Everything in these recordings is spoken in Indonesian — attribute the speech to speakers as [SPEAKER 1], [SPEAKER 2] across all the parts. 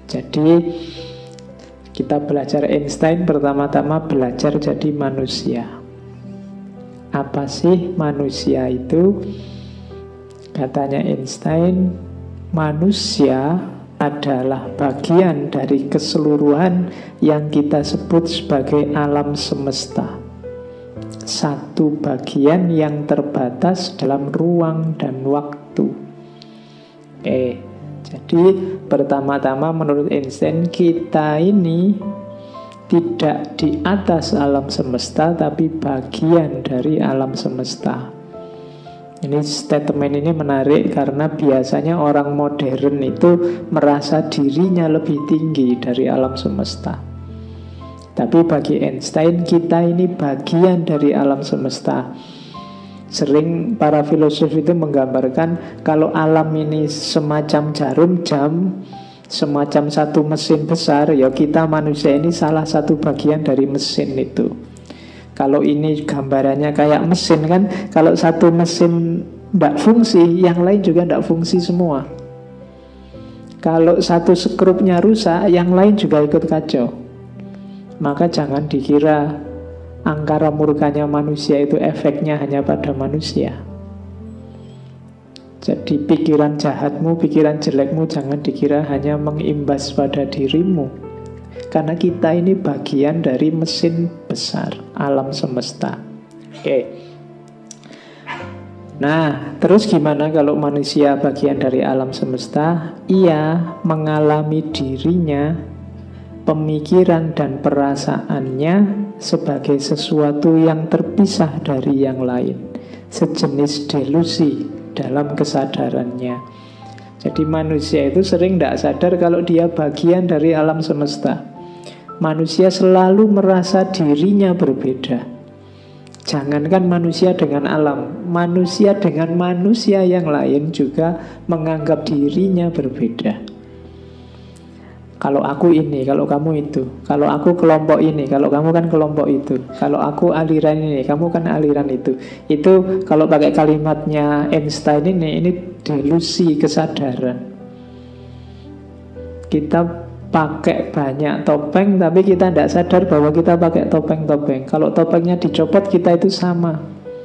[SPEAKER 1] Jadi kita belajar Einstein, pertama-tama belajar jadi manusia. Apa sih manusia itu? Katanya Einstein, manusia adalah bagian dari keseluruhan yang kita sebut sebagai alam semesta. Satu bagian yang terbatas dalam ruang dan waktu. Jadi pertama-tama menurut Einstein, kita ini tidak di atas alam semesta, tapi bagian dari alam semesta. Ini statement ini menarik karena biasanya orang modern itu merasa dirinya lebih tinggi dari alam semesta. Tapi bagi Einstein, kita ini bagian dari alam semesta. Sering para filosof itu menggambarkan kalau alam ini semacam jarum jam, semacam satu mesin besar, ya kita manusia ini salah satu bagian dari mesin itu. Kalau ini gambarannya kayak mesin kan, kalau satu mesin tidak fungsi, yang lain juga tidak fungsi semua. Kalau satu skrupnya rusak, yang lain juga ikut kacau. Maka jangan dikira angkara murkanya manusia itu efeknya hanya pada manusia. Jadi pikiran jahatmu, pikiran jelekmu jangan dikira hanya mengimbas pada dirimu. Karena kita ini bagian dari mesin besar alam semesta. Nah, terus gimana kalau manusia bagian dari alam semesta? Ia mengalami dirinya, pemikiran dan perasaannya sebagai sesuatu yang terpisah dari yang lain, sejenis delusi dalam kesadarannya. Jadi manusia itu sering tidak sadar kalau dia bagian dari alam semesta. Manusia selalu merasa dirinya berbeda. Jangankan manusia dengan alam, manusia dengan manusia yang lain juga menganggap dirinya berbeda. Kalau aku ini, kalau kamu itu. Kalau aku kelompok ini, kalau kamu kan kelompok itu. Kalau aku aliran ini, kamu kan aliran itu. Itu kalau pakai kalimatnya Einstein ini delusi kesadaran. Kita pakai banyak topeng, tapi kita tidak sadar bahwa kita pakai topeng-topeng. Kalau topengnya dicopot, kita itu sama.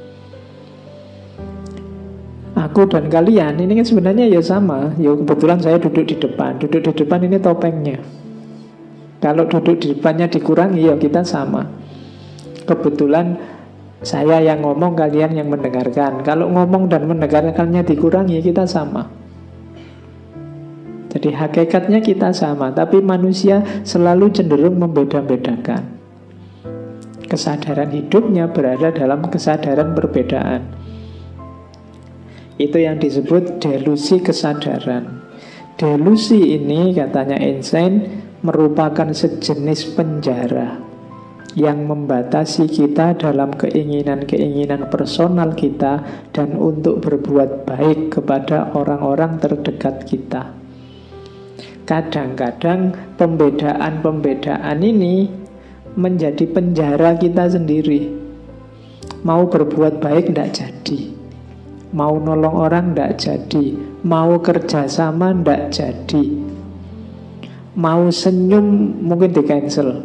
[SPEAKER 1] Aku dan kalian ini kan sebenarnya ya sama. Ya kebetulan saya duduk di depan. Duduk di depan ini topengnya. Kalau duduk di depannya dikurangi, ya kita sama. Kebetulan saya yang ngomong, kalian yang mendengarkan. Kalau ngomong dan mendengarkannya dikurangi, kita sama. Jadi hakikatnya kita sama, tapi manusia selalu cenderung membeda-bedakan. Kesadaran hidupnya berada dalam kesadaran perbedaan. Itu yang disebut delusi kesadaran. Delusi ini, katanya Einstein, merupakan sejenis penjara yang membatasi kita dalam keinginan-keinginan personal kita dan untuk berbuat baik kepada orang-orang terdekat kita. Kadang-kadang pembedaan-pembedaan ini menjadi penjara kita sendiri. Mau berbuat baik tidak jadi, mau nolong orang tidak jadi, mau kerjasama tidak jadi, mau senyum mungkin di cancel.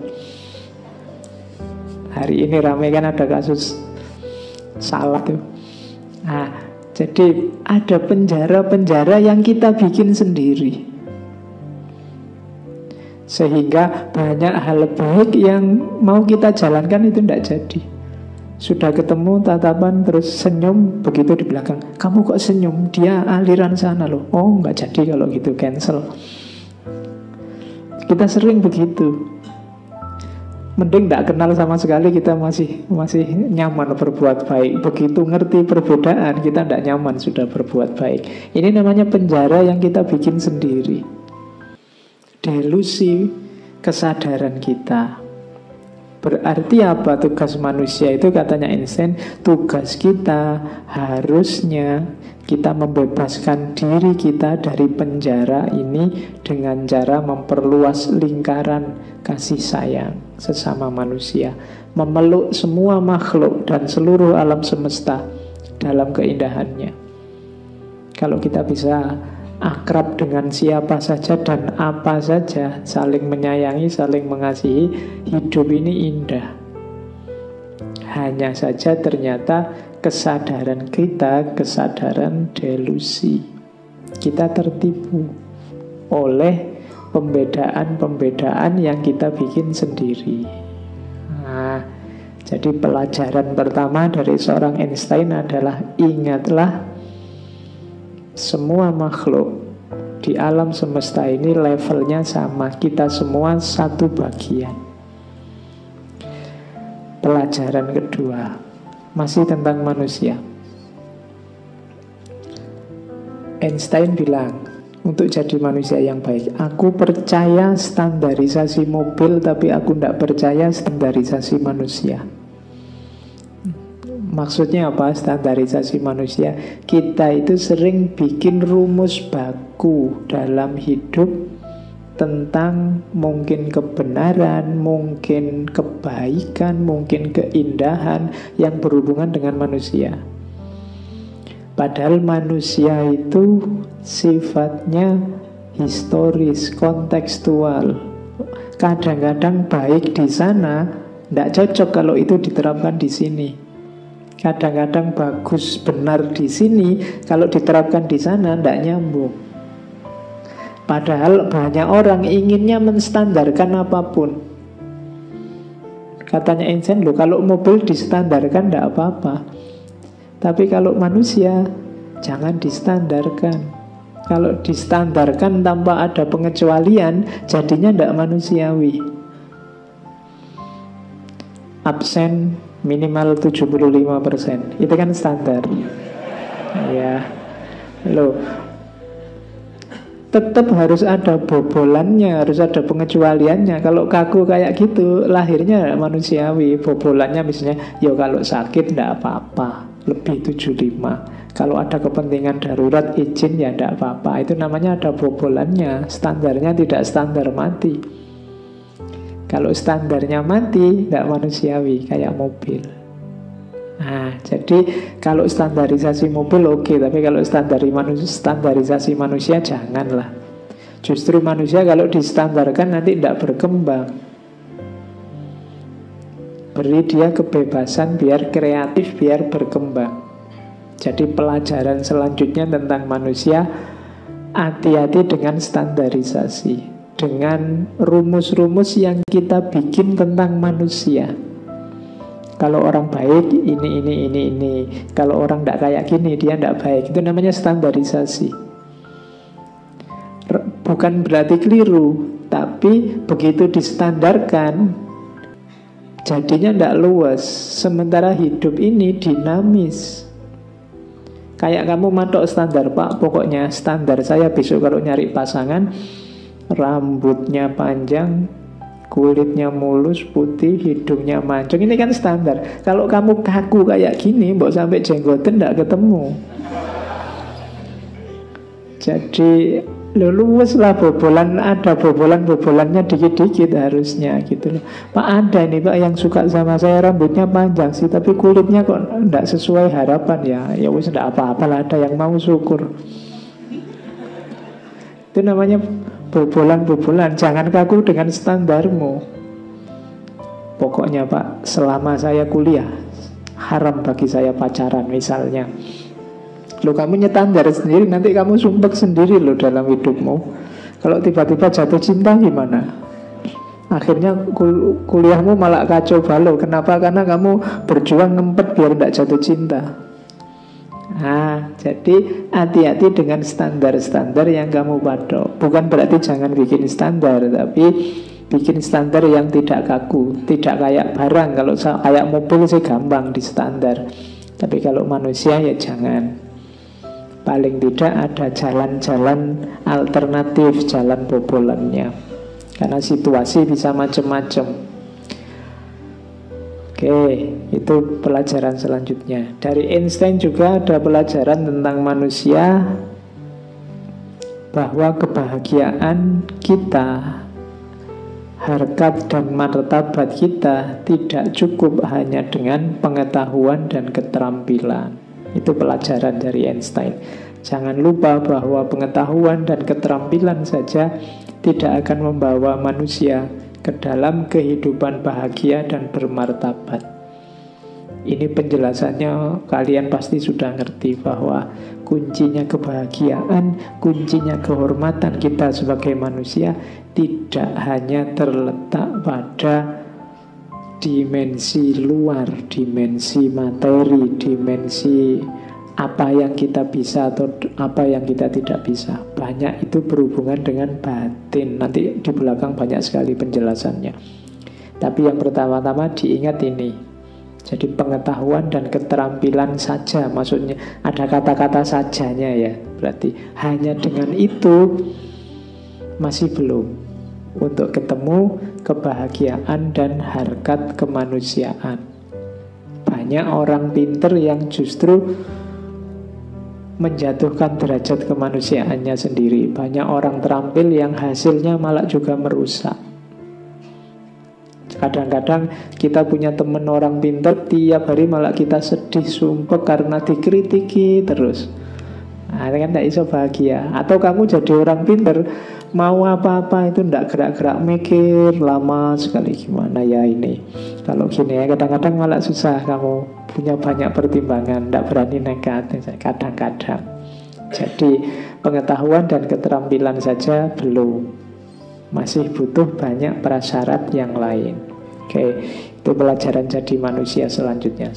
[SPEAKER 1] Hari ini ramai kan ada kasus salah tuh. Nah, jadi ada penjara-penjara yang kita bikin sendiri, sehingga banyak hal baik yang mau kita jalankan itu tidak jadi. Sudah ketemu tatapan terus senyum, begitu di belakang, kamu kok senyum? Dia aliran sana loh. Oh, nggak jadi kalau gitu, cancel. Kita sering begitu. Mending tidak kenal sama sekali, kita masih nyaman berbuat baik. Begitu ngerti perbedaan, kita tidak nyaman sudah berbuat baik. Ini namanya penjara yang kita bikin sendiri. Delusi kesadaran kita. Berarti apa tugas manusia itu? Katanya Einstein, tugas kita harusnya kita membebaskan diri kita dari penjara ini dengan cara memperluas lingkaran kasih sayang sesama manusia, memeluk semua makhluk dan seluruh alam semesta dalam keindahannya. Kalau kita bisa akrab dengan siapa saja dan apa saja, saling menyayangi, saling mengasihi, hidup ini indah. Hanya saja ternyata kesadaran kita, kesadaran delusi. Kita tertipu oleh pembedaan-pembedaan yang kita bikin sendiri. Nah, jadi pelajaran pertama dari seorang Einstein adalah ingatlah semua makhluk di alam semesta ini levelnya sama. Kita semua satu bagian. Pelajaran kedua masih tentang manusia. Einstein bilang, untuk jadi manusia yang baik, aku percaya standarisasi mobil, tapi aku tidak percaya standarisasi manusia. Maksudnya apa standarisasi manusia? Kita itu sering bikin rumus baku dalam hidup tentang mungkin kebenaran, mungkin kebaikan, mungkin keindahan yang berhubungan dengan manusia. Padahal manusia itu sifatnya historis, kontekstual. Kadang-kadang baik di sana tidak cocok kalau itu diterapkan di sini. Kadang-kadang bagus, benar di sini, kalau diterapkan di sana tidak nyambung. Padahal banyak orang inginnya menstandarkan apapun. Katanya Einstein, loh kalau mobil distandarkan tidak apa-apa. Tapi kalau manusia, jangan distandarkan. Kalau distandarkan tanpa ada pengecualian, jadinya tidak manusiawi. Absen minimal 75%. Itu kan standar. Ya. Loh, tetap harus ada bobolannya, harus ada pengecualiannya. Kalau kaku kayak gitu, lahirnya manusiawi. Bobolannya misalnya, ya kalau sakit tidak apa-apa, lebih 75. Kalau ada kepentingan darurat izin ya tidak apa-apa. Itu namanya ada bobolannya. Standarnya tidak standar mati. Kalau standarnya mati, tidak manusiawi, kayak mobil. Nah, jadi kalau standarisasi mobil oke, tapi kalau standarisasi manusia janganlah. Justru manusia kalau distandarkan nanti tidak berkembang. Beri dia kebebasan biar kreatif, biar berkembang. Jadi pelajaran selanjutnya tentang manusia, hati-hati dengan standarisasi, dengan rumus-rumus yang kita bikin tentang manusia. Kalau orang baik, ini. Kalau orang tidak kayak gini, dia tidak baik. Itu namanya standarisasi. Bukan berarti keliru, tapi begitu distandarkan, jadinya tidak luas. Sementara hidup ini dinamis. Kayak kamu matok standar, Pak, pokoknya standar saya besok kalau nyari pasangan, rambutnya panjang, kulitnya mulus, putih, hidungnya mancung. Ini kan standar. Kalau kamu kaku kayak gini, mbok sampai jenggoten tidak ketemu. Jadi luwes lah bobolan, ada bobolannya dikit-dikit harusnya gitu loh. Pak, ada nih Pak yang suka sama saya, rambutnya panjang sih, tapi kulitnya kok tidak sesuai harapan ya. Ya wis tidak apa-apa lah, ada yang mau syukur. Itu namanya bobolan. Jangan kaku dengan standarmu. Pokoknya Pak, selama saya kuliah haram bagi saya pacaran misalnya. Loh, kamu nyetandar sendiri, nanti kamu sumpek sendiri loh dalam hidupmu. Kalau tiba-tiba jatuh cinta gimana? Akhirnya kuliahmu malah kacau balau. Kenapa? Karena kamu berjuang ngempet biar tidak jatuh cinta. Nah, jadi hati-hati dengan standar-standar yang kamu patok. Bukan berarti jangan bikin standar, tapi bikin standar yang tidak kaku, tidak kayak barang. Kalau kayak mobil sih gampang di standar, tapi kalau manusia ya jangan. Paling tidak ada jalan-jalan alternatif, jalan bobolannya. Karena situasi bisa macam-macam. Oke, itu pelajaran selanjutnya. Dari Einstein juga ada pelajaran tentang manusia, bahwa kebahagiaan kita, harkat dan martabat kita tidak cukup hanya dengan pengetahuan dan keterampilan. Itu pelajaran dari Einstein. Jangan lupa bahwa pengetahuan dan keterampilan saja tidak akan membawa manusia ke dalam kehidupan bahagia dan bermartabat. Ini penjelasannya kalian pasti sudah ngerti bahwa kuncinya kebahagiaan, kuncinya kehormatan kita sebagai manusia tidak hanya terletak pada dimensi luar, dimensi materi, dimensi apa yang kita bisa atau apa yang kita tidak bisa. Banyak itu berhubungan dengan batin. Nanti di belakang banyak sekali penjelasannya. Tapi yang pertama-tama diingat ini. Jadi pengetahuan dan keterampilan saja, maksudnya ada kata-kata sajanya ya. Berarti hanya dengan itu masih belum untuk ketemu kebahagiaan dan harkat kemanusiaan. Banyak orang pinter yang justru menjatuhkan derajat kemanusiaannya sendiri. Banyak orang terampil yang hasilnya malah juga merusak. Kadang-kadang kita punya teman orang pinter, tiap hari malah kita sedih, sumpah karena dikritiki terus. Nah, kan tidak bisa bahagia. Atau kamu jadi orang pinter, mau apa-apa itu tidak gerak-gerak mikir, lama sekali gimana ya ini. Kalau gini ya, kadang-kadang malah susah, kamu punya banyak pertimbangan, tidak berani nekat kadang-kadang. Jadi pengetahuan dan keterampilan saja belum, masih butuh banyak prasyarat yang lain. Oke, itu pelajaran jadi manusia selanjutnya.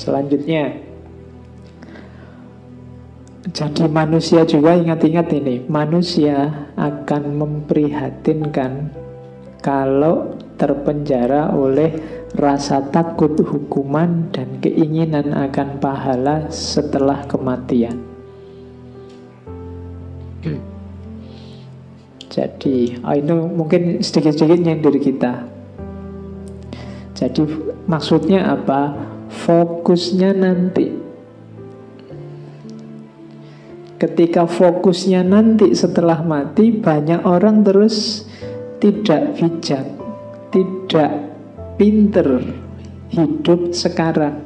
[SPEAKER 1] Jadi manusia juga ingat-ingat ini, manusia akan memprihatinkan kalau terpenjara oleh rasa takut hukuman dan keinginan akan pahala setelah kematian. Jadi ini mungkin sedikit-sedikit nyindir kita. Jadi maksudnya apa? Fokusnya nanti. Ketika fokusnya nanti setelah mati, banyak orang terus tidak bijak, tidak pinter hidup sekarang.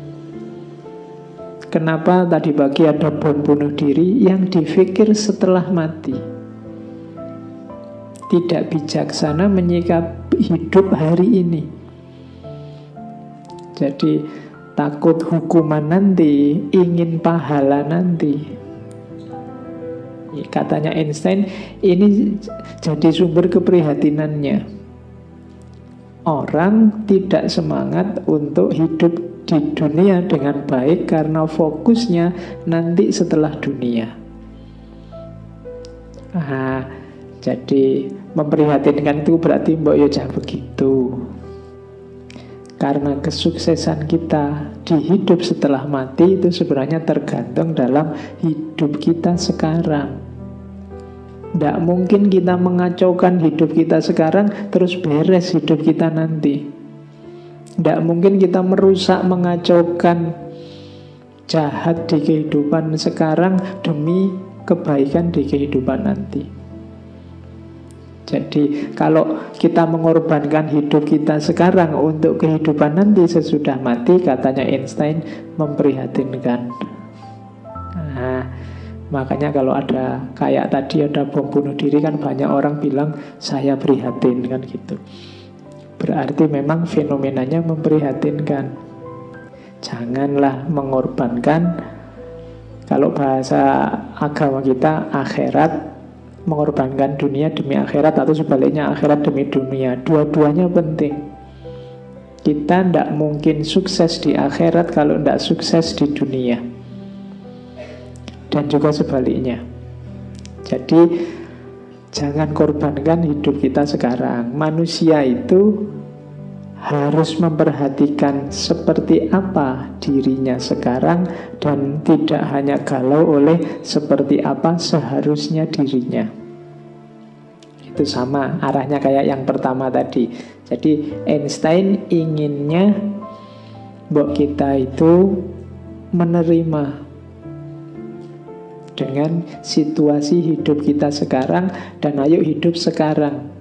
[SPEAKER 1] Kenapa tadi pagi ada bom bunuh diri yang dipikir setelah mati? Tidak bijaksana menyikapi hidup hari ini. Jadi takut hukuman nanti, ingin pahala nanti. Katanya Einstein, ini jadi sumber keprihatinannya. Orang tidak semangat untuk hidup di dunia dengan baik karena fokusnya nanti setelah dunia. Jadi memprihatinkan itu berarti mbok yo jangan begitu. Karena kesuksesan kita di hidup setelah mati itu sebenarnya tergantung dalam hidup kita sekarang. Tidak mungkin kita mengacaukan hidup kita sekarang terus beres hidup kita nanti. Tidak mungkin kita merusak, mengacaukan, jahat di kehidupan sekarang demi kebaikan di kehidupan nanti. Jadi kalau kita mengorbankan hidup kita sekarang untuk kehidupan nanti sesudah mati, katanya Einstein, memprihatinkan. Makanya kalau ada kayak tadi ada bom bunuh diri kan banyak orang bilang saya prihatin kan gitu. Berarti memang fenomenanya memprihatinkan. Janganlah mengorbankan, kalau bahasa agama kita akhirat, mengorbankan dunia demi akhirat atau sebaliknya akhirat demi dunia. Dua-duanya penting. Kita tidak mungkin sukses di akhirat kalau tidak sukses di dunia. Dan juga sebaliknya. Jadi jangan korbankan hidup kita sekarang. Manusia itu harus memperhatikan seperti apa dirinya sekarang dan tidak hanya galau oleh seperti apa seharusnya dirinya. Itu sama arahnya kayak yang pertama tadi. Jadi Einstein inginnya bahwa kita itu menerima dengan situasi hidup kita sekarang dan ayo hidup sekarang.